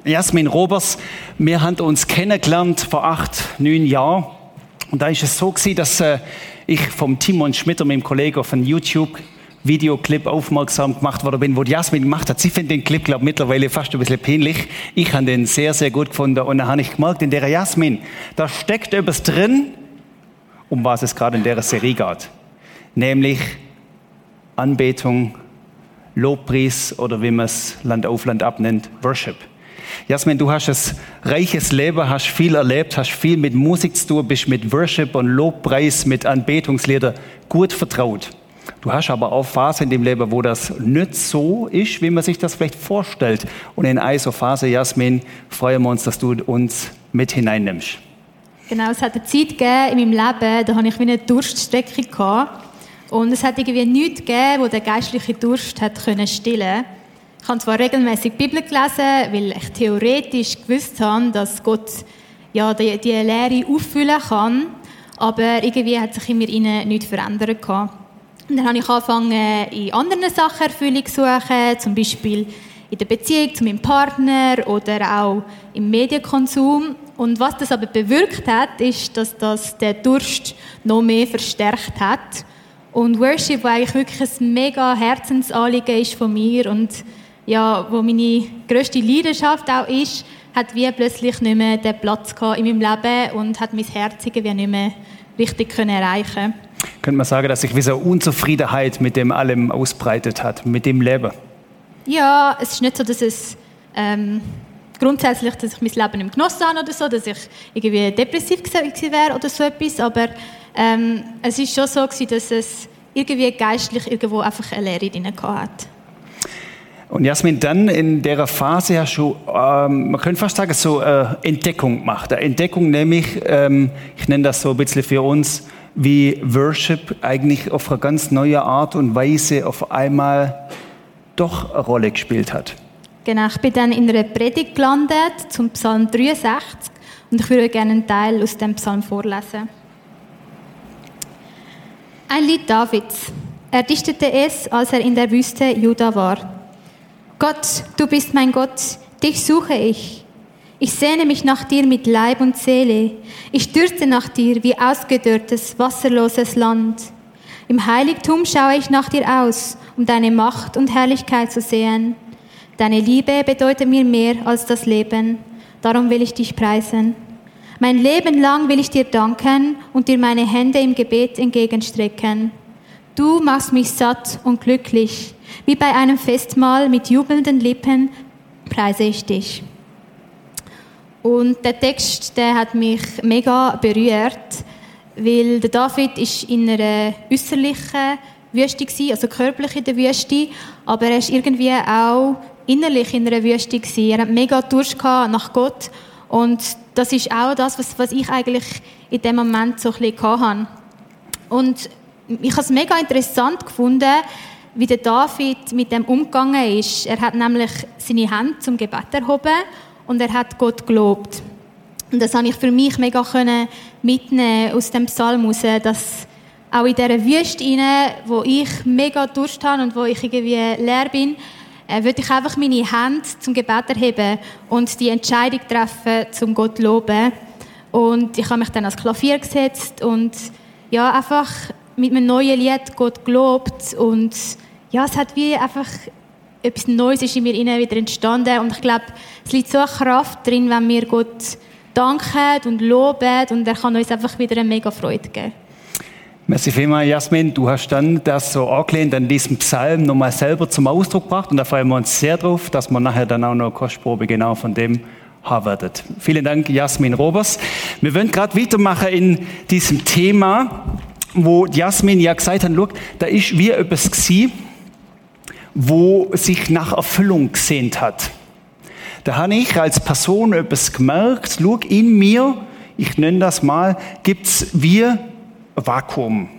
Jasmin Robers, wir haben uns kennengelernt vor 8, 9 Jahren. Und da ist es so gewesen, dass ich vom Timon Schmitter, meinem Kollegen, auf einen YouTube-Videoclip aufmerksam gemacht worden bin, wo die Jasmin gemacht hat. Sie findet den Clip, glaube ich, mittlerweile fast ein bisschen peinlich. Ich habe den sehr, sehr gut gefunden. Und dann habe ich gemerkt, in der Jasmin, da steckt etwas drin, um was es gerade in der Serie geht. Nämlich Anbetung, Lobpreis oder wie man es Land auf Land ab nennt, Worship. Jasmin, du hast ein reiches Leben, hast viel erlebt, hast viel mit Musik zu tun, bist mit Worship und Lobpreis, mit Anbetungslieder gut vertraut. Du hast aber auch Phasen in dem Leben, wo das nicht so ist, wie man sich das vielleicht vorstellt. Und in einer Phase, Jasmin, freuen wir uns, dass du uns mit hineinnimmst. Genau, es hat eine Zeit gegeben in meinem Leben, da hatte ich wie eine Durststrecke gehabt. Und es hat irgendwie nichts gegeben, wo der geistliche Durst hat stillen konnte. Ich habe zwar regelmäßig die Bibel gelesen, weil ich theoretisch gewusst habe, dass Gott ja, die Leere auffüllen kann, aber irgendwie hat sich in mir nichts verändert gehabt. Und dann habe ich angefangen, in anderen Sachen Erfüllung zu suchen, zum Beispiel in der Beziehung zu meinem Partner oder auch im Medienkonsum. Und was das aber bewirkt hat, ist, dass das den Durst noch mehr verstärkt hat. Und Worship, wo eigentlich wirklich ein mega Herzensanliegen ist von mir und ja, wo meine grösste Leidenschaft auch ist, hat wie plötzlich nicht mehr den Platz gehabt in meinem Leben und hat mein Herz irgendwie nicht mehr richtig erreichen. Könnte man sagen, dass sich wie so Unzufriedenheit mit dem allem ausbreitet hat, mit dem Leben? Ja, es ist nicht so, dass es grundsätzlich, dass ich mein Leben nicht genossen habe oder so, dass ich irgendwie depressiv gewesen wäre oder so etwas, aber es ist schon so gewesen, dass es irgendwie geistlich irgendwo einfach eine Leere drin hat. Und Jasmin, dann in der Phase hast du, man könnte fast sagen, so Entdeckung gemacht. Eine Entdeckung nämlich, ich nenne das so ein bisschen für uns, wie Worship eigentlich auf eine ganz neue Art und Weise auf einmal doch eine Rolle gespielt hat. Genau, ich bin dann in einer Predigt gelandet zum Psalm 63 und ich würde gerne einen Teil aus dem Psalm vorlesen. Ein Lied Davids. Er dichtete es, als er in der Wüste Juda war. Gott, du bist mein Gott, dich suche ich. Ich sehne mich nach dir mit Leib und Seele. Ich stürze nach dir wie ausgedörrtes, wasserloses Land. Im Heiligtum schaue ich nach dir aus, um deine Macht und Herrlichkeit zu sehen. Deine Liebe bedeutet mir mehr als das Leben. Darum will ich dich preisen. Mein Leben lang will ich dir danken und dir meine Hände im Gebet entgegenstrecken. Du machst mich satt und glücklich. Wie bei einem Festmahl mit jubelnden Lippen preise ich dich. Und der Text, der hat mich mega berührt, weil der David ist in einer äußerlichen Wüste gewesen, also körperlich in der Wüste, aber er ist irgendwie auch innerlich in einer Wüste gewesen. Er hat mega Durst gehabt nach Gott und das ist auch das, was ich eigentlich in dem Moment so ein bisschen hatte. Und ich habe es mega interessant gefunden, wie der David mit dem umgegangen ist. Er hat nämlich seine Hände zum Gebet erhoben und er hat Gott gelobt. Und das konnte ich für mich mega mitnehmen aus dem Psalm heraus, dass auch in dieser Wüste rein, wo ich mega Durst habe und wo ich irgendwie leer bin, würde ich einfach meine Hände zum Gebet erheben und die Entscheidung treffen, zum Gott zu loben. Und ich habe mich dann ans Klavier gesetzt und ja, einfach mit einem neuen Lied Gott gelobt. Und ja, es hat wie einfach etwas Neues ist in mir wieder entstanden. Und ich glaube, es liegt so eine Kraft drin, wenn wir Gott danken und loben und er kann uns einfach wieder eine mega Freude geben. Merci vielmals, Jasmin. Du hast dann das so angelehnt an diesem Psalm nochmal selber zum Ausdruck gebracht und da freuen wir uns sehr drauf, dass wir nachher dann auch noch eine Kostprobe genau von dem haben werden. Vielen Dank, Jasmin Robers. Wir wollen gerade weitermachen in diesem Thema, wo Jasmin ja gesagt hat, schau, da ist wie etwas gewesen, wo sich nach Erfüllung gesehnt hat. Da habe ich als Person etwas gemerkt, schau, in mir, ich nenne das mal, gibt es wie Vakuum.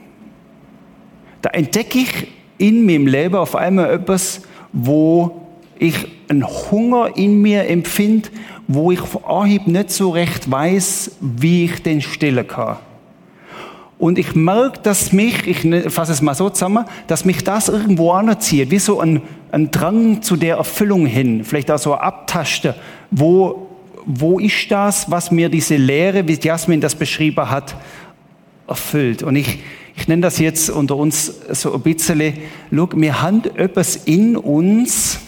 Da entdecke ich in meinem Leben auf einmal etwas, wo ich einen Hunger in mir empfinde, wo ich von Anhieb nicht so recht weiß, wie ich den stillen kann. und ich merke, dass mich, ich fasse es mal so zusammen, dass mich das irgendwo anzieht, wie so ein Drang zu der Erfüllung hin, vielleicht auch so abtasten, wo ist das, was mir diese Lehre, wie Jasmin das beschrieben hat, erfüllt. Und ich nenne das jetzt unter uns so ein bisschen, schau, wir haben etwas in uns,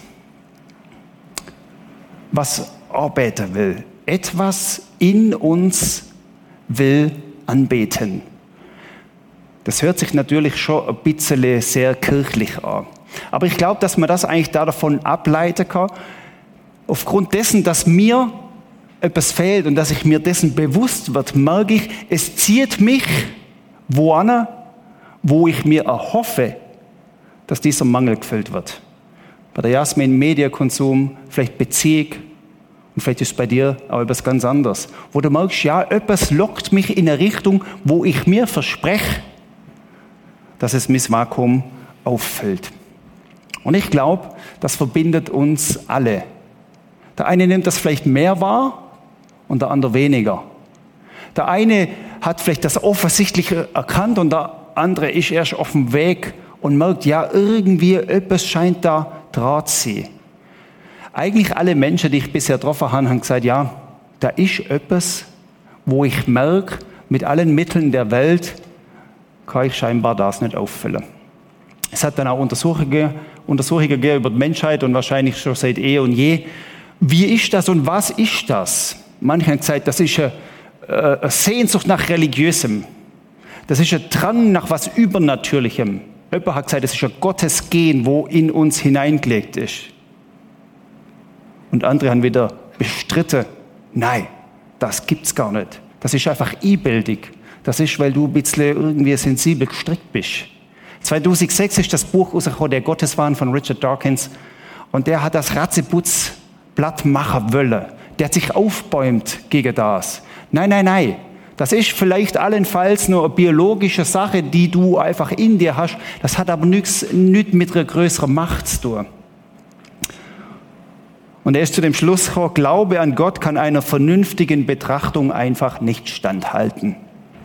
was arbeiten will. Etwas in uns will anbeten. Das hört sich natürlich schon ein bisschen sehr kirchlich an. Aber ich glaube, dass man das eigentlich davon ableiten kann, aufgrund dessen, dass mir etwas fehlt und dass ich mir dessen bewusst wird, merke ich, es zieht mich wohin, wo ich mir erhoffe, dass dieser Mangel gefüllt wird. Bei der Jasmin Mediakonsum, vielleicht Beziehung, und vielleicht ist es bei dir auch etwas ganz anderes. Wo du merkst, ja, etwas lockt mich in eine Richtung, wo ich mir verspreche, dass es mein Vakuum auffüllt. Und ich glaube, das verbindet uns alle. Der eine nimmt das vielleicht mehr wahr und der andere weniger. Der eine hat vielleicht das Offensichtliche erkannt und der andere ist erst auf dem Weg und merkt, ja, irgendwie etwas scheint da dran zu sein. Eigentlich alle Menschen, die ich bisher getroffen habe, haben gesagt, ja, da ist etwas, wo ich merke, mit allen Mitteln der Welt kann ich scheinbar das nicht auffüllen. Es hat dann auch Untersuchungen gegeben über die Menschheit und wahrscheinlich schon seit eh und je. Wie ist das und was ist das? Manche haben gesagt, das ist eine Sehnsucht nach Religiösem. Das ist ein Drang nach was Übernatürlichem. Jemand hat gesagt, das ist ein Gottesgehen, wo in uns hineingelegt ist. Und andere haben wieder bestritten, nein, das gibt's gar nicht. Das ist einfach einbildig. Das ist, weil du ein bisschen irgendwie sensibel gestrickt bist. 2006 ist das Buch rausgekommen, Der Gotteswahn von Richard Dawkins. Und der hat das Ratzeputzblatt machen wollen. Der hat sich aufbäumt gegen das. Nein. Das ist vielleicht allenfalls nur eine biologische Sache, die du einfach in dir hast. Das hat aber nichts mit einer größeren Macht zu tun. Und er ist zu dem Schluss gekommen, Glaube an Gott kann einer vernünftigen Betrachtung einfach nicht standhalten.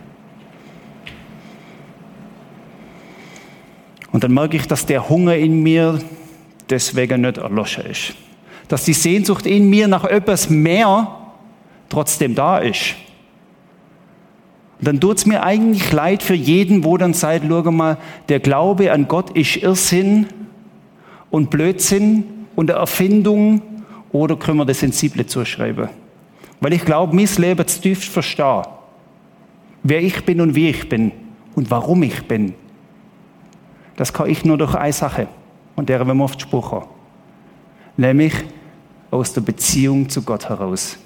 Und dann merke ich, dass der Hunger in mir deswegen nicht erloschen ist. Dass die Sehnsucht in mir nach etwas mehr trotzdem da ist. Und dann tut es mir eigentlich leid für jeden, wo dann sagt, schau mal, der Glaube an Gott ist Irrsinn und Blödsinn und eine Erfindung, oder können wir das Sensible zuschreiben? Weil ich glaube, mein Leben zutiefst verstehe, wer ich bin und wie ich bin und warum ich bin. Das kann ich nur durch eine Sache, und der wenn wir oft Spruch haben. Nämlich aus der Beziehung zu Gott heraus.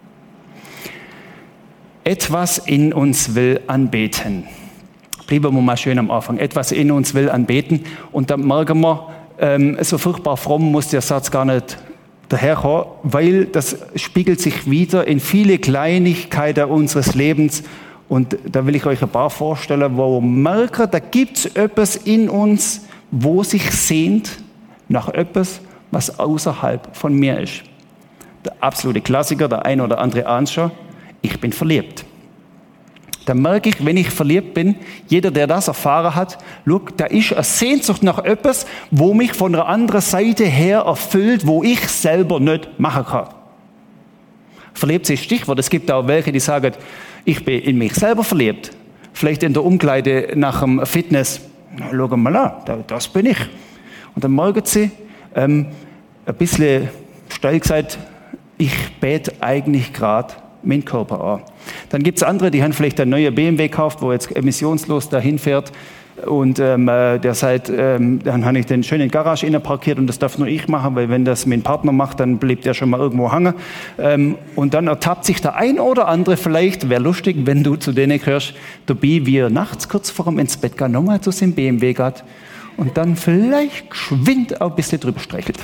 Etwas in uns will anbeten. Bleiben wir mal schön am Anfang. Etwas in uns will anbeten. Und dann merken wir, so furchtbar fromm muss der Satz gar nicht daherkommen, weil das spiegelt sich wieder in viele Kleinigkeiten unseres Lebens. Und da will ich euch ein paar vorstellen, wo wir merken, da gibt es etwas in uns, wo sich sehnt nach etwas, was außerhalb von mir ist. Der absolute Klassiker, der eine oder andere ahnt schon, ich bin verliebt. Da merke ich, wenn ich verliebt bin, jeder, der das erfahren hat, look, da ist eine Sehnsucht nach etwas, wo mich von einer anderen Seite her erfüllt, wo ich selber nicht machen kann. Verliebt ist Stichwort. Es gibt auch welche, die sagen, ich bin in mich selber verliebt. Vielleicht in der Umkleide nach dem Fitness. Na, schau mal an, das bin ich. Und dann merken sie, ein bisschen steil gesagt, ich bete eigentlich gerade meinen Körper an. Dann gibt es andere, die haben vielleicht einen neuen BMW gekauft, wo jetzt emissionslos dahin fährt. Und der sagt, dann habe ich den schön in die Garage innen parkiert und das darf nur ich machen, weil wenn das mein Partner macht, dann bleibt er schon mal irgendwo hängen. Und dann ertappt sich der ein oder andere vielleicht, wäre lustig, wenn du zu denen gehörst, dabei, wie er nachts kurz vor dem ins Bett geht, nochmal zu seinem BMW geht und dann vielleicht geschwind auch ein bisschen drüber streichelt.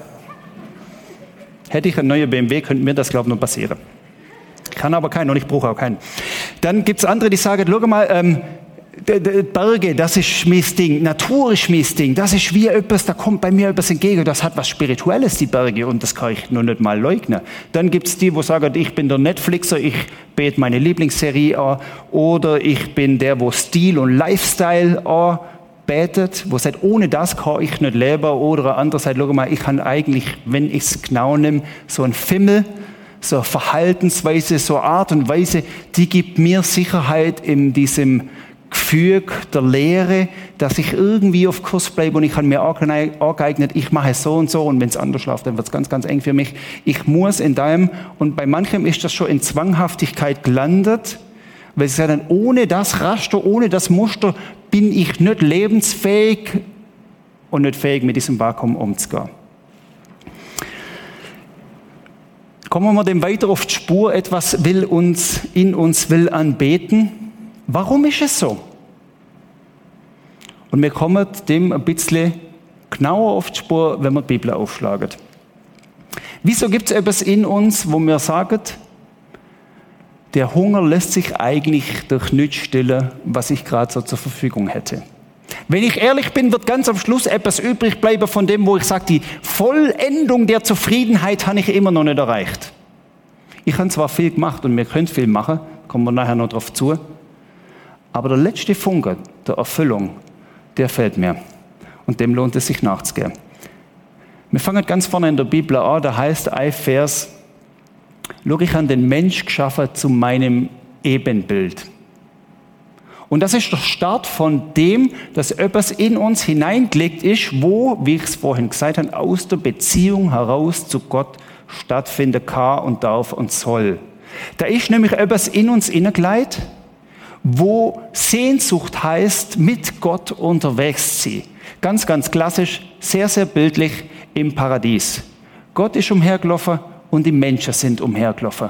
Hätte ich einen neuen BMW, könnte mir das, glaube ich, noch passieren. Ich kann aber keinen und ich brauche auch keinen. Dann gibt es andere, die sagen, schau mal, Berge, das ist mein Ding, Natur ist mein Ding, das ist wie etwas, da kommt bei mir etwas entgegen, das hat was Spirituelles, die Berge, und das kann ich noch nicht mal leugnen. Dann gibt es die, die sagen, ich bin der Netflixer, ich bete meine Lieblingsserie an, oder ich bin der, wo Stil und Lifestyle anbetet, wo sagt, ohne das kann ich nicht leben, oder andererseits, schau mal, ich kann eigentlich, wenn ich es genau nehme, so ein Fimmel, so eine Verhaltensweise, so eine Art und Weise, die gibt mir Sicherheit in diesem Gefüge der Lehre, dass ich irgendwie auf Kurs bleibe, und ich habe mir angeeignet, ich mache es so, und wenn es anders läuft, dann wird es ganz, ganz eng für mich. Ich muss in deinem, und bei manchem ist das schon in Zwanghaftigkeit gelandet, weil sie sagen, ohne das Raster, ohne das Muster bin ich nicht lebensfähig und nicht fähig, mit diesem Vakuum umzugehen. Kommen wir dem weiter auf die Spur, etwas will uns, in uns will anbeten. Warum ist es so? Und wir kommen dem ein bisschen genauer auf die Spur, wenn wir die Bibel aufschlagen. Wieso gibt es etwas in uns, wo wir sagen, der Hunger lässt sich eigentlich durch nichts stillen, was ich gerade so zur Verfügung hätte? Wenn ich ehrlich bin, wird ganz am Schluss etwas übrig bleiben von dem, wo ich sage, die Vollendung der Zufriedenheit habe ich immer noch nicht erreicht. Ich habe zwar viel gemacht und wir können viel machen, kommen wir nachher noch drauf zu, aber der letzte Funke der Erfüllung, der fehlt mir. Und dem lohnt es sich nachzugehen. Wir fangen ganz vorne in der Bibel an, da heißt ein Vers, schau, ich habe den Mensch geschaffen zu meinem Ebenbild. Und das ist der Start von dem, dass etwas in uns hineingelegt ist, wo, wie ich es vorhin gesagt habe, aus der Beziehung heraus zu Gott stattfinden kann und darf und soll. Da ist nämlich etwas in uns hineingelegt, wo Sehnsucht heißt, mit Gott unterwegs zu sein. Ganz, ganz klassisch, sehr, sehr bildlich im Paradies. Gott ist umhergelaufen und die Menschen sind umhergelaufen.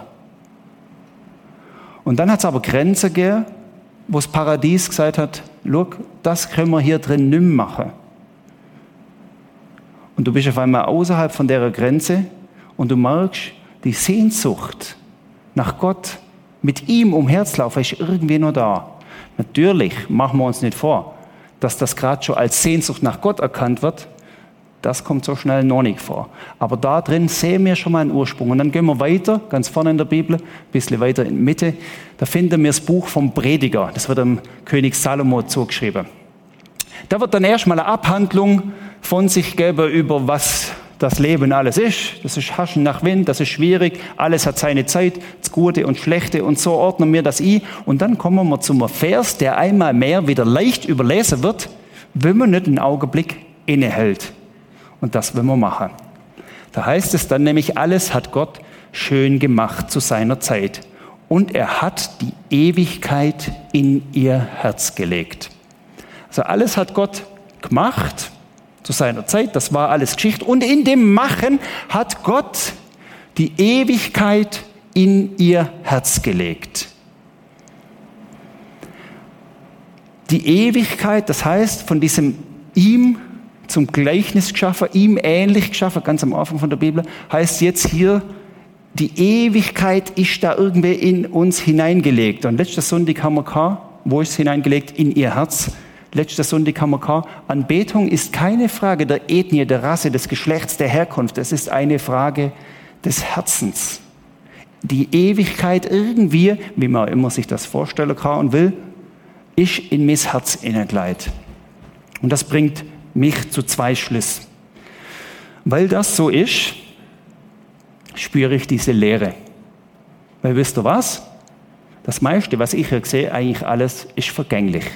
Und dann hat es aber Grenzen gegeben, wo das Paradies gesagt hat, schau, das können wir hier drin nicht mehr machen. Und du bist auf einmal außerhalb von der Grenze und du merkst, die Sehnsucht nach Gott, mit ihm umherzulaufen, ist irgendwie noch da. Natürlich machen wir uns nicht vor, dass das gerade schon als Sehnsucht nach Gott erkannt wird. Das kommt so schnell noch nicht vor. Aber da drin sehen wir schon mal einen Ursprung. Und dann gehen wir weiter, ganz vorne in der Bibel, ein bisschen weiter in der Mitte. Da finden wir das Buch vom Prediger. Das wird dem König Salomo zugeschrieben. Da wird dann erstmal eine Abhandlung von sich geben über was das Leben alles ist. Das ist Haschen nach Wind, das ist schwierig. Alles hat seine Zeit, das Gute und Schlechte. Und so ordnen wir das ein. Und dann kommen wir zum Vers, der einmal mehr wieder leicht überlesen wird, wenn man nicht einen Augenblick innehält. Und das wollen wir machen. Da heißt es dann nämlich, alles hat Gott schön gemacht zu seiner Zeit. Und er hat die Ewigkeit in ihr Herz gelegt. Also alles hat Gott gemacht zu seiner Zeit. Das war alles Geschichte. Und in dem Machen hat Gott die Ewigkeit in ihr Herz gelegt. Die Ewigkeit, das heißt, von diesem ihm zum Gleichnis geschaffen, ihm ähnlich geschaffen, ganz am Anfang von der Bibel, heißt jetzt hier, die Ewigkeit ist da irgendwie in uns hineingelegt. Und letzter Sonntag haben wir gehabt, wo ist es hineingelegt? In ihr Herz. Letzter Sonntag haben wir gehabt, Anbetung ist keine Frage der Ethnie, der Rasse, des Geschlechts, der Herkunft. Es ist eine Frage des Herzens. Die Ewigkeit irgendwie, wie man immer sich das vorstellen kann und will, ist in mein Herz hineingelegt. Und das bringt mich zu zwei Schlüssen. Weil das so ist, spüre ich diese Leere. Weil wisst ihr was? Das meiste, was ich hier sehe, eigentlich alles ist vergänglich.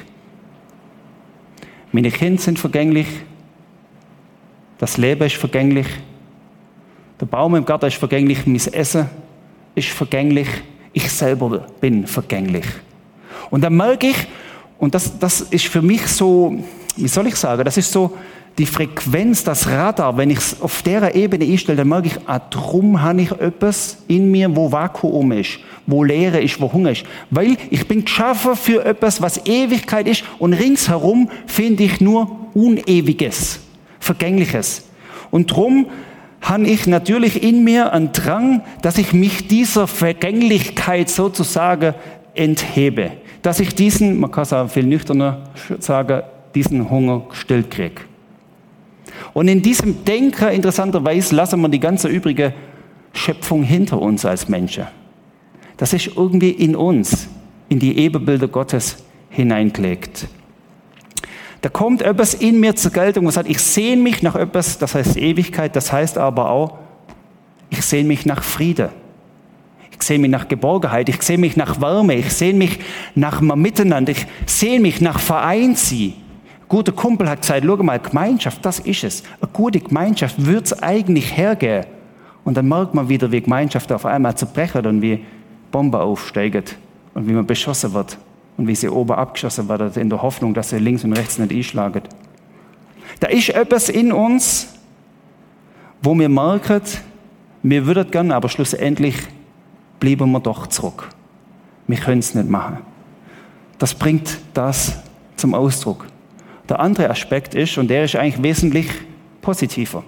Meine Kinder sind vergänglich. Das Leben ist vergänglich. Der Baum im Garten ist vergänglich. Mein Essen ist vergänglich. Ich selber bin vergänglich. Und dann merke ich, und das ist für mich so, wie soll ich sagen, das ist so die Frequenz, das Radar, wenn ich es auf dieser Ebene einstelle, dann merke ich, drum habe ich etwas in mir, wo Vakuum ist, wo Leere ist, wo Hunger ist. Weil ich bin geschaffen für etwas, was Ewigkeit ist, und ringsherum finde ich nur Unewiges, Vergängliches. Und drum habe ich natürlich in mir einen Drang, dass ich mich dieser Vergänglichkeit sozusagen enthebe. dass ich diesen, man kann es auch viel nüchterner sagen, diesen Hunger gestillt kriege. Und in diesem Denken, interessanterweise, lassen wir die ganze übrige Schöpfung hinter uns als Menschen. Das ist irgendwie in uns, in die Ebenbilder Gottes hineingelegt. Da kommt etwas in mir zur Geltung und sagt, ich sehne mich nach etwas, das heißt Ewigkeit, das heißt aber auch, ich sehne mich nach Friede. Ich sehne mich nach Geborgenheit, ich sehne mich nach Wärme, ich sehne mich nach einem Miteinander, ich sehne mich nach Vereinssein. Ein guter Kumpel hat gesagt, schau mal, Gemeinschaft, das ist es. Eine gute Gemeinschaft würde es eigentlich hergeben. Und dann merkt man wieder, wie Gemeinschaft auf einmal zerbrechen und wie Bomben aufsteigen und wie man beschossen wird und wie sie oben abgeschossen wird in der Hoffnung, dass sie links und rechts nicht einschlagen. Da ist etwas in uns, wo wir merken, wir würden gerne, aber schlussendlich bleiben wir doch zurück. Wir können es nicht machen. Das bringt das zum Ausdruck. Der andere Aspekt ist, und der ist eigentlich wesentlich positiver.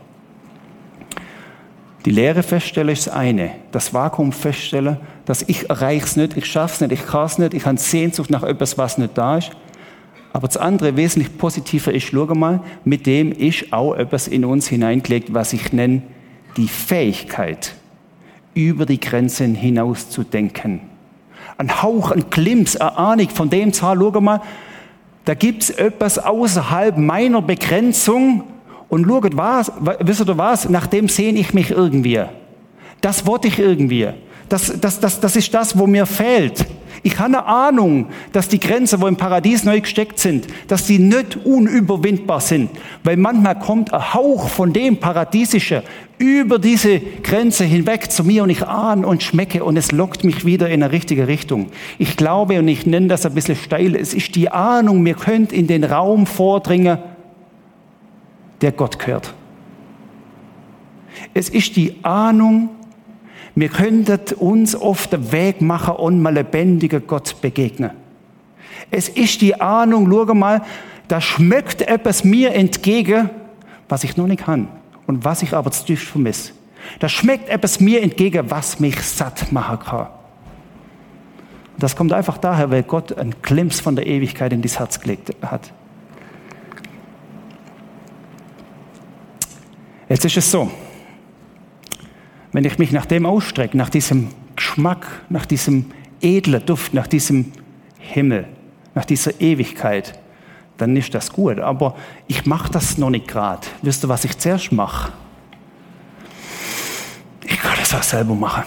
Die Leere feststellen ist das eine. Das Vakuum feststellen, dass ich erreiche es nicht, ich schaffe es nicht, ich kann es nicht, ich habe Sehnsucht nach etwas, was nicht da ist. Aber das andere, wesentlich positiver ist, schau mal, mit dem ist auch etwas in uns hineingelegt, was ich nenne, die Fähigkeit, über die Grenzen hinaus zu denken. Ein Hauch, ein Glimps, eine Ahnung von dem Zahl, schau mal, da gibt es etwas außerhalb meiner Begrenzung und schaut was, wisst ihr was, nach dem sehne ich mich irgendwie. Das wollte ich irgendwie. Das ist das, wo mir fehlt. Ich habe eine Ahnung, dass die Grenzen, wo im Paradies neu gesteckt sind, dass die nicht unüberwindbar sind. Weil manchmal kommt ein Hauch von dem Paradiesischen über diese Grenze hinweg zu mir und ich ahne und schmecke und es lockt mich wieder in eine richtige Richtung. Ich glaube, und ich nenne das ein bisschen steil, es ist die Ahnung, wir können in den Raum vordringen, der Gott gehört. Es ist die Ahnung, wir könnten uns auf den Weg machen und mal lebendigen Gott begegnen. Es ist die Ahnung, schau mal, da schmeckt etwas mir entgegen, was ich noch nicht kann und was ich aber zu tief vermisse. Da schmeckt etwas mir entgegen, was mich satt machen kann. Und das kommt einfach daher, weil Gott einen Glimps von der Ewigkeit in das Herz gelegt hat. Jetzt ist es so, wenn ich mich nach dem ausstrecke, nach diesem Geschmack, nach diesem edlen Duft, nach diesem Himmel, nach dieser Ewigkeit, dann ist das gut. Aber ich mache das noch nicht gerade. Wisst ihr, was ich zuerst mache? Ich kann das auch selber machen.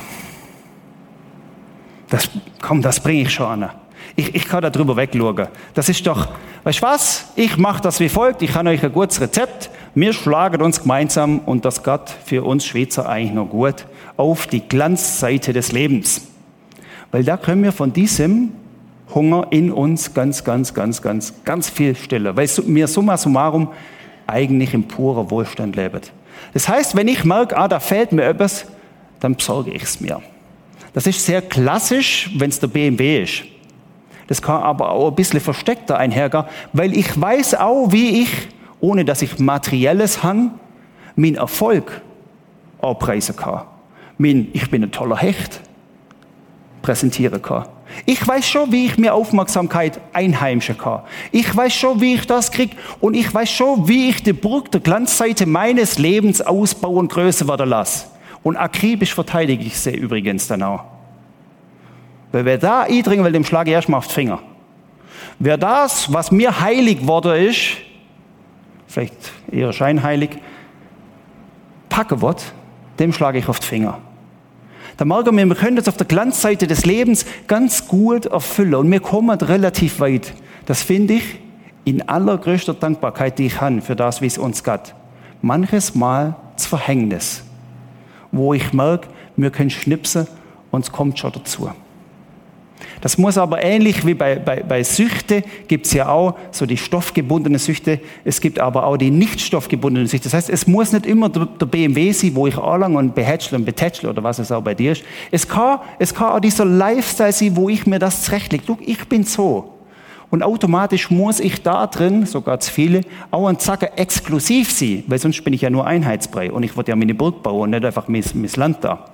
Das bringe ich schon an. Ich kann da drüber wegschauen. Das ist doch, weißt du was? Ich mache das wie folgt. Ich habe euch ein gutes Rezept. Wir schlagen uns gemeinsam, und das geht für uns Schweizer eigentlich noch gut, auf die Glanzseite des Lebens. Weil da können wir von diesem Hunger in uns ganz viel stellen. Weil wir summa summarum eigentlich im puren Wohlstand leben. Das heißt, wenn ich merke, da fehlt mir etwas, dann besorge ich es mir. Das ist sehr klassisch, wenn es der BMW ist. Das kann aber auch ein bisschen versteckter einhergehen, weil ich weiß auch, wie ich, ohne dass ich Materielles habe, meinen Erfolg abpreisen kann. Ich bin ein toller Hecht präsentieren kann. Ich weiß schon, wie ich mir Aufmerksamkeit einheimschen kann. Ich weiß schon, wie ich das kriege. Und ich weiß schon, wie ich die Burg der Glanzseite meines Lebens ausbauen und größer werden lasse. Und akribisch verteidige ich sie übrigens dann auch. Weil wer da eindringen will, dem schlage ich erstmal auf die Finger. Wer das, was mir heilig worden ist, vielleicht eher scheinheilig, packen wird, dem schlage ich auf die Finger. Da merken wir können das auf der Glanzseite des Lebens ganz gut erfüllen. Und wir kommen relativ weit. Das finde ich in allergrößter Dankbarkeit, die ich habe für das, wie es uns geht. Manches Mal das Verhängnis, wo ich merke, wir können schnipsen und es kommt schon dazu. Das muss aber ähnlich wie bei Süchte, gibt es ja auch so die stoffgebundene Süchte, es gibt aber auch die nicht stoffgebundene Süchte. Das heißt, es muss nicht immer der BMW sein, wo ich anlange und behätschle und betätschle oder was es auch bei dir ist. Es kann auch dieser Lifestyle sein, wo ich mir das zurechtlege. Du, ich bin so. Und automatisch muss ich da drin, sogar zu viele, auch ein Zacken exklusiv sein, weil sonst bin ich ja nur Einheitsbrei und ich wollte ja meine Burg bauen und nicht einfach mein Land da.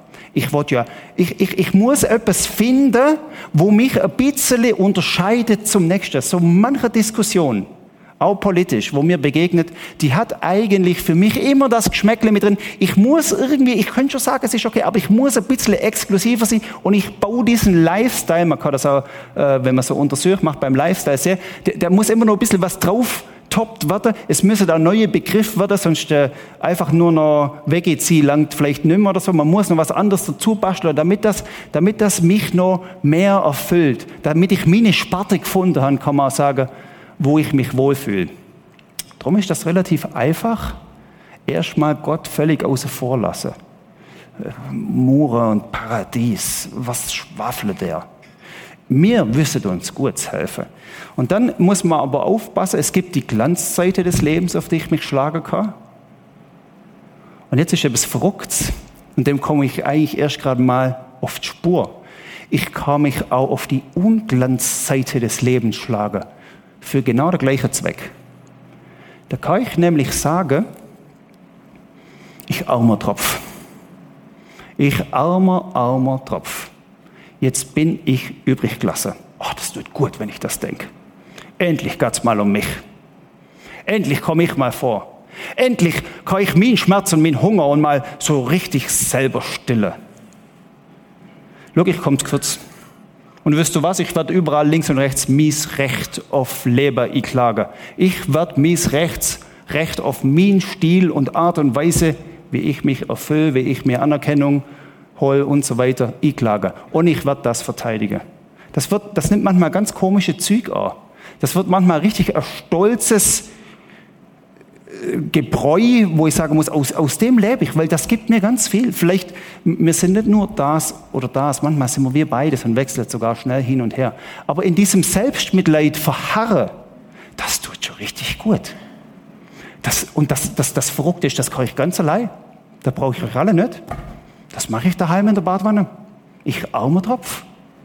Ich muss etwas finden, wo mich ein bisschen unterscheidet zum Nächsten. So manche Diskussion, auch politisch, wo mir begegnet, die hat eigentlich für mich immer das Geschmäckle mit drin. Ich muss irgendwie, ich könnte schon sagen, es ist okay, aber ich muss ein bisschen exklusiver sein und ich baue diesen Lifestyle, man kann das auch, wenn man so Untersuchungen macht beim Lifestyle sehen, der muss immer noch ein bisschen was drauf toppt werden. Es müssen da neue Begriffe werden, sonst einfach nur noch wegziehen langt vielleicht nicht mehr oder so. Man muss noch was anderes dazu basteln, damit das mich noch mehr erfüllt. Damit ich meine Sparte gefunden habe, kann man auch sagen, wo ich mich wohlfühle. Darum ist das relativ einfach. Erstmal Gott völlig außen vor lassen. Mure und Paradies, was schwafelt der? Wir wissen uns gut zu helfen. Und dann muss man aber aufpassen, es gibt die Glanzseite des Lebens, auf die ich mich schlagen kann. Und jetzt ist etwas Verrücktes. Und dem komme ich eigentlich erst gerade mal auf die Spur. Ich kann mich auch auf die Unglanzseite des Lebens schlagen. Für genau den gleichen Zweck. Da kann ich nämlich sagen, ich armer Tropf. Ich armer Tropf. Jetzt bin ich übrig gelassen. Oh, das tut gut, wenn ich das denke. Endlich geht's mal um mich. Endlich komme ich mal vor. Endlich kann ich meinen Schmerz und meinen Hunger und mal so richtig selber stillen. Schau, ich komme zu kurz. Und weißt du was? Ich werde überall links und rechts mies Recht auf Leben einklagen. Ich werde mies Recht auf meinen Stil und Art und Weise, wie ich mich erfülle, wie ich mir Anerkennung hol und so weiter, einklagen. Und ich werde das verteidigen. Das nimmt manchmal ganz komische Züge an. Das wird manchmal richtig ein stolzes Gebräu, wo ich sagen muss, aus dem lebe ich, weil das gibt mir ganz viel. Vielleicht, wir sind nicht nur das oder das, manchmal sind wir beides und wechseln sogar schnell hin und her. Aber in diesem Selbstmitleid verharren, das tut schon richtig gut. Das Verrückte ist, das kann ich ganz allein. Da brauche ich euch alle nicht. Das mache ich daheim in der Badwanne. Ich armer Tropf.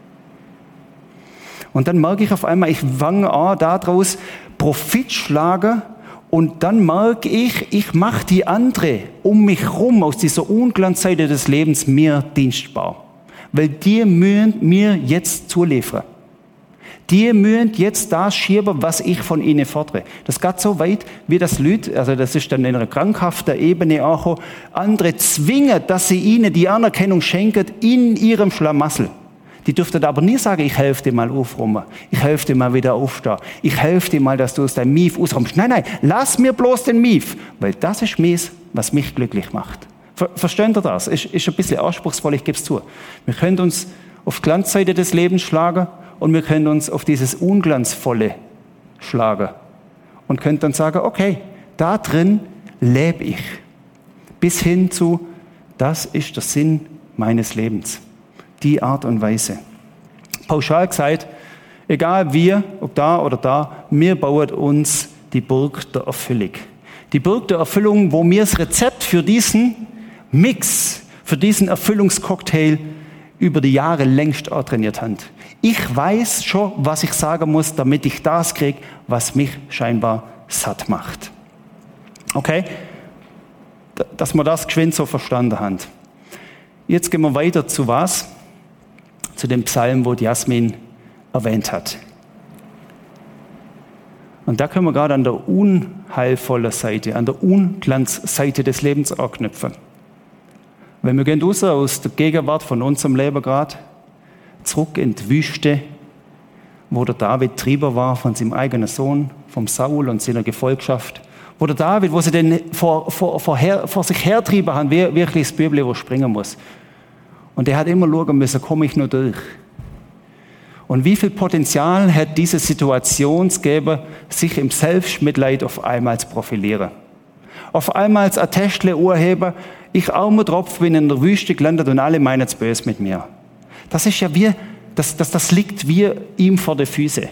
Und dann merke ich auf einmal, ich fange an, daraus Profit schlagen. Und dann merke ich mache die andere um mich herum aus dieser Unglanzseite des Lebens mir dienstbar. Weil die müssen mir jetzt zuliefern. Die müssen jetzt das schieben, was ich von ihnen fordere. Das geht so weit, wie das Leute, also das ist dann in einer krankhaften Ebene auch, andere zwingen, dass sie ihnen die Anerkennung schenken in ihrem Schlamassel. Die dürften aber nie sagen, ich helfe dir mal aufräumen, ich helfe dir mal wieder aufstehen, ich helfe dir mal, dass du aus deinem Mief ausräumst. Nein, lass mir bloß den Mief, weil das ist mies, was mich glücklich macht. Versteht ihr das? Ist ein bisschen anspruchsvoll, ich gebe es zu. Wir können uns auf die Glanzseite des Lebens schlagen, und wir können uns auf dieses Unglanzvolle schlagen und können dann sagen, okay, da drin lebe ich. Bis hin zu, das ist der Sinn meines Lebens. Die Art und Weise. Pauschal gesagt, egal wie, ob da oder da, wir bauen uns die Burg der Erfüllung. Die Burg der Erfüllung, wo wir das Rezept für diesen Mix, für diesen Erfüllungscocktail über die Jahre längst trainiert haben. Ich weiß schon, was ich sagen muss, damit ich das kriege, was mich scheinbar satt macht. Okay? Dass wir das geschwind so verstanden haben. Jetzt gehen wir weiter zu was? Zu dem Psalm, wo die Jasmin erwähnt hat. Und da können wir gerade an der unheilvollen Seite, an der Unglanzseite des Lebens anknüpfen. Wenn wir gehen raus aus der Gegenwart von unserem Leben gerade, zurück in die Wüste, wo der David Trieber war von seinem eigenen Sohn, vom Saul und seiner Gefolgschaft. Wo der David, wo sie den vor sich hertrieben haben, wie wirklich das Bibel, wo springen muss. Und er hat immer schauen müssen, komme ich nur durch. Und wie viel Potenzial hat diese Situation gegeben, sich im Selbstmitleid auf einmal zu profilieren. Auf einmal ein Täschle urheben, ich armer Tropf bin in der Wüste gelandet und alle meinen es böse mit mir. Das ist ja wie, das liegt wie ihm vor den Füßen.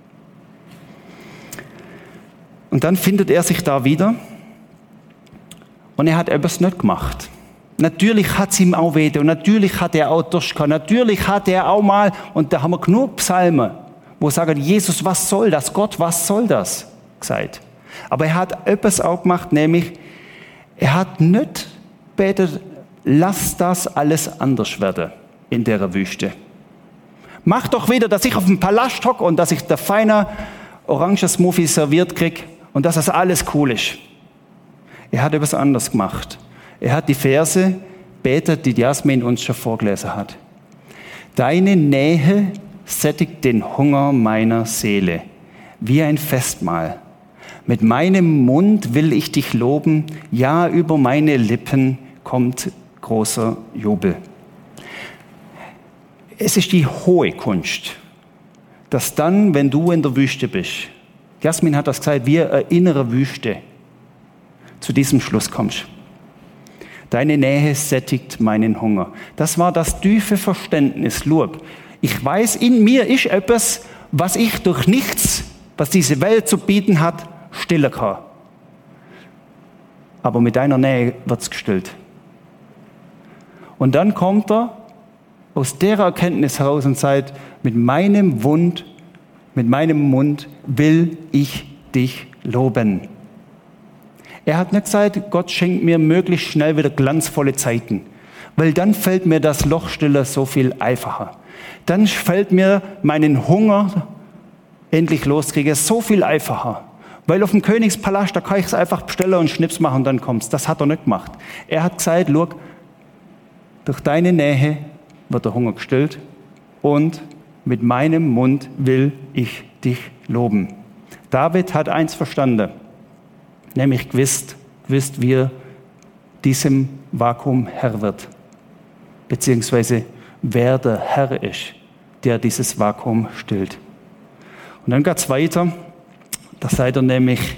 Und dann findet er sich da wieder und er hat etwas nicht gemacht. Natürlich hat es ihm auch weh und natürlich hat er auch Durst gehabt. Natürlich hat er auch mal, und da haben wir genug Psalmen, wo sagen, Jesus, was soll das? Gott, was soll das? Gesagt. Aber er hat etwas auch gemacht, nämlich, er hat nicht betet, lass das alles anders werden in der Wüste. Mach doch wieder, dass ich auf dem Palast hocke und dass ich der feine Orangensmoothie serviert kriege und dass das alles cool ist. Er hat etwas anderes gemacht. Er hat die Verse betet, die Jasmin uns schon vorgelesen hat. Deine Nähe sättigt den Hunger meiner Seele, wie ein Festmahl. Mit meinem Mund will ich dich loben, ja, über meine Lippen kommt großer Jubel. Es ist die hohe Kunst, dass dann, wenn du in der Wüste bist, Jasmin hat das gesagt, wie eine innere Wüste, zu diesem Schluss kommst. Deine Nähe sättigt meinen Hunger. Das war das tiefe Verständnis. Schau, ich weiß, in mir ist etwas, was ich durch nichts, was diese Welt zu bieten hat, stillen kann. Aber mit deiner Nähe wird es gestillt. Und dann kommt er aus der Erkenntnis heraus und sagt, mit meinem Mund will ich dich loben. Er hat nicht gesagt, Gott schenkt mir möglichst schnell wieder glanzvolle Zeiten, weil dann fällt mir das Lochstiller so viel einfacher. Dann fällt mir meinen Hunger endlich loskriegen so viel einfacher. Weil auf dem Königspalast, da kann ich es einfach bestellen und Schnips machen und dann kommt's. Das hat er nicht gemacht. Er hat gesagt, schau, durch deine Nähe wird der Hunger gestillt und mit meinem Mund will ich dich loben. David hat eins verstanden, nämlich gewusst, wie er diesem Vakuum Herr wird, beziehungsweise wer der Herr ist, der dieses Vakuum stillt. Und dann geht es weiter, da sagt er nämlich,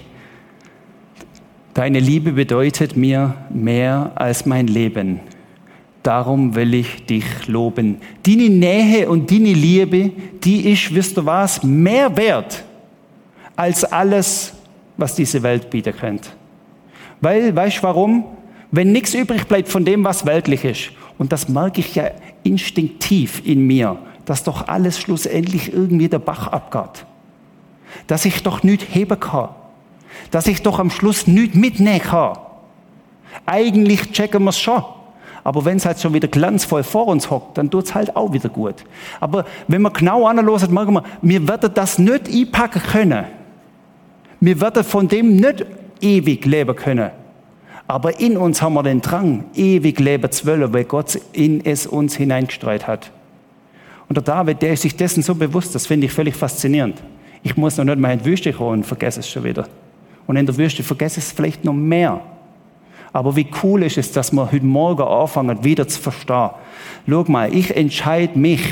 deine Liebe bedeutet mir mehr als mein Leben. Darum will ich dich loben. Deine Nähe und deine Liebe, die ist, wisst ihr was, mehr wert als alles, was diese Welt bieten könnte. Weil, weißt du warum? Wenn nichts übrig bleibt von dem, was weltlich ist, und das merke ich ja instinktiv in mir, dass doch alles schlussendlich irgendwie der Bach abgeht. Dass ich doch nichts heben kann. Dass ich doch am Schluss nichts mitnehmen kann. Eigentlich checken wir es schon. Aber wenn es halt schon wieder glanzvoll vor uns hockt, dann tut es halt auch wieder gut. Aber wenn wir genau anhören, merken wir werden das nicht einpacken können. Wir werden von dem nicht ewig leben können. Aber in uns haben wir den Drang, ewig leben zu wollen, weil Gott in es uns hineingestreut hat. Und der David, der ist sich dessen so bewusst, das finde ich völlig faszinierend. Ich muss noch nicht mal in die Wüste kommen und vergesse es schon wieder. Und in der Wüste vergesse ich es vielleicht noch mehr. Aber wie cool ist es, dass wir heute Morgen anfangen, wieder zu verstehen. Schau mal, ich entscheide mich,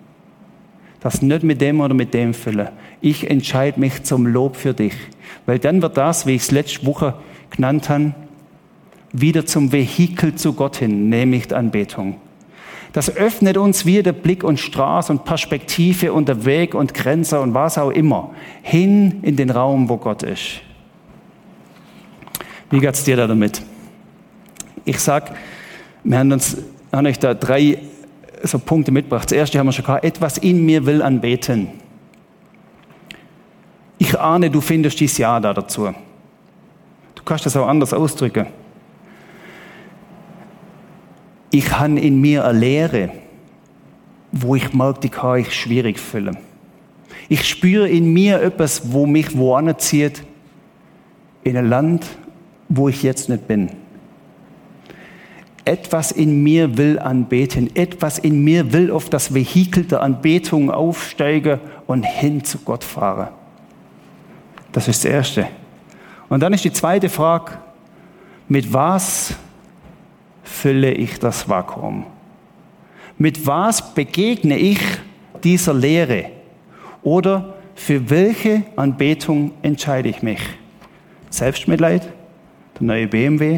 das nicht mit dem oder mit dem füllen. Ich entscheide mich zum Lob für dich. Weil dann wird das, wie ich es letzte Woche genannt habe, wieder zum Vehikel zu Gott hin, nämlich die Anbetung. Das öffnet uns wieder Blick und Straße und Perspektive und der Weg und Grenze und was auch immer, hin in den Raum, wo Gott ist. Wie geht's dir da damit? Ich sag, wir haben euch da 3 so Punkte mitgebracht. Das erste haben wir schon gehabt, etwas in mir will anbeten. Ich ahne, du findest dieses Ja da dazu. Du kannst das auch anders ausdrücken. Ich habe in mir eine Leere, wo ich merke, die kann ich schwierig füllen. Ich spüre in mir etwas, wo mich woanders zieht, in ein Land, wo ich jetzt nicht bin. Etwas in mir will anbeten. Etwas in mir will auf das Vehikel der Anbetung aufsteigen und hin zu Gott fahren. Das ist das Erste. Und dann ist die zweite Frage, mit was fülle ich das Vakuum? Mit was begegne ich dieser Leere? Oder für welche Anbetung entscheide ich mich? Selbstmitleid? Der neue BMW?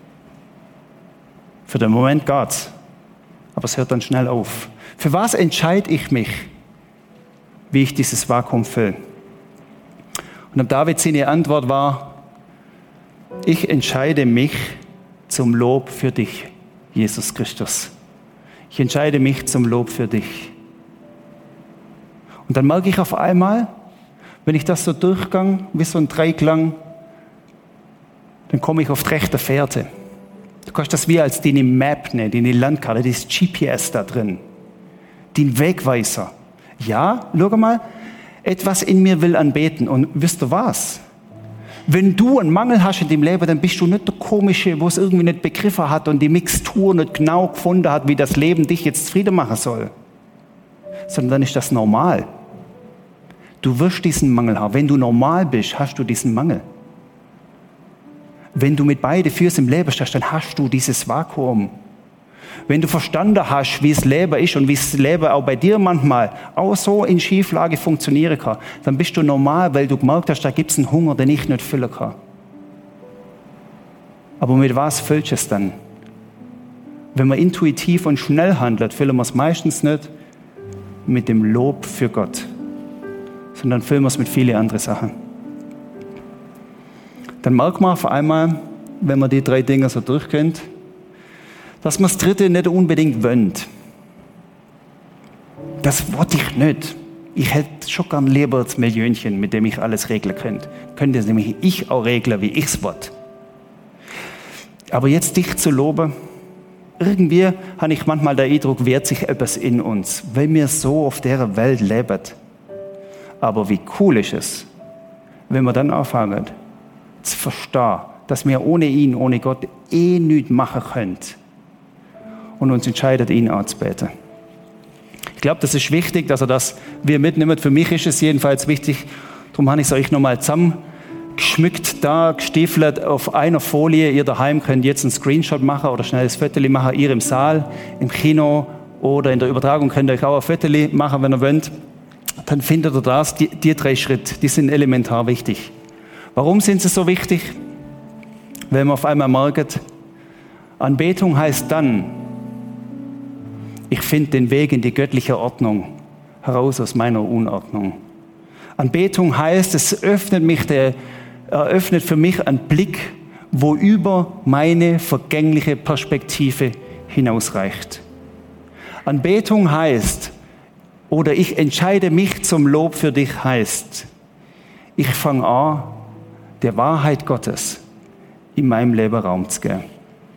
Für den Moment geht's, aber es hört dann schnell auf. Für was entscheide ich mich, wie ich dieses Vakuum fülle? Und David seine Antwort war, ich entscheide mich zum Lob für dich, Jesus Christus. Ich entscheide mich zum Lob für dich. Und dann merke ich auf einmal, wenn ich das so durchgang, wie so ein Dreiklang, dann komme ich auf die rechte Fährte. Da kannst das wie als deine Map nehmen, deine Landkarte, das GPS da drin. Den Wegweiser. Ja, schau mal, etwas in mir will anbeten. Und wisst ihr was? Wenn du einen Mangel hast in dem Leben, dann bist du nicht der Komische, wo es irgendwie nicht begriffen hat und die Mixtur nicht genau gefunden hat, wie das Leben dich jetzt zufrieden machen soll. Sondern dann ist das normal. Du wirst diesen Mangel haben. Wenn du normal bist, hast du diesen Mangel. Wenn du mit beiden Füßen im Leben stehst, dann hast du dieses Vakuum. Wenn du verstanden hast, wie das Leben ist und wie das Leben auch bei dir manchmal auch so in Schieflage funktionieren kann, dann bist du normal, weil du gemerkt hast, da gibt es einen Hunger, den ich nicht füllen kann. Aber mit was füllst du es dann? Wenn man intuitiv und schnell handelt, füllen wir es meistens nicht mit dem Lob für Gott, sondern füllen wir es mit vielen anderen Sachen. Dann merkt man auf einmal, wenn man die 3 Dinge so durchkennt, dass man das 3. nicht unbedingt wöhnt. Das wollte ich nicht. Ich hätte schon gern lieber das Millionchen, mit dem ich alles regeln könnte. Könnte es nämlich ich auch regeln, wie ich es will. Aber jetzt dich zu loben, irgendwie habe ich manchmal den Eindruck, wehrt sich etwas in uns, weil wir so auf der Welt leben. Aber wie cool ist es, wenn wir dann anfangen, zu verstehen, dass wir ohne ihn, ohne Gott nichts machen können. Und uns entscheidet, ihn anzubeten. Ich glaube, das ist wichtig, dass das wir mitnehmen. Für mich ist es jedenfalls wichtig. Darum habe ich es euch nochmal zusammengeschmückt, da gestiefelt auf einer Folie. Ihr daheim könnt jetzt einen Screenshot machen oder schnell das Foto machen. Ihr im Saal, im Kino oder in der Übertragung könnt ihr euch auch ein Foto machen, wenn ihr wollt. Dann findet ihr das. Die 3 Schritte, die sind elementar wichtig. Warum sind sie so wichtig? Wenn man auf einmal merkt, Anbetung heißt dann, ich finde den Weg in die göttliche Ordnung heraus aus meiner Unordnung. Anbetung heißt, es eröffnet für mich einen Blick, wo über meine vergängliche Perspektive hinausreicht. Anbetung heißt, oder ich entscheide mich zum Lob für dich heißt, ich fange an, der Wahrheit Gottes in meinem Leben Raum zu geben.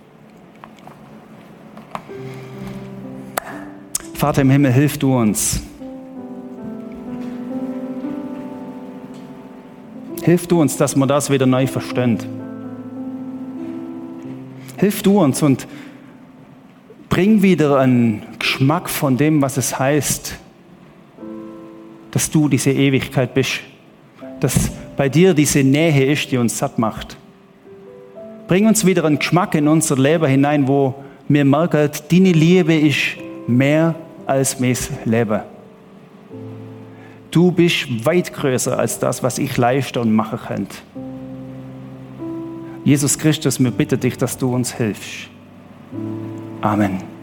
Vater im Himmel, hilf du uns. Hilf du uns, dass wir das wieder neu verstehen. Hilf du uns und bring wieder einen Geschmack von dem, was es heißt, dass du diese Ewigkeit bist. Dass bei dir diese Nähe ist, die uns satt macht. Bring uns wieder einen Geschmack in unser Leben hinein, wo wir merken, deine Liebe ist mehr als mein Leben. Du bist weit größer als das, was ich leisten und machen könnte. Jesus Christus, wir bitten dich, dass du uns hilfst. Amen.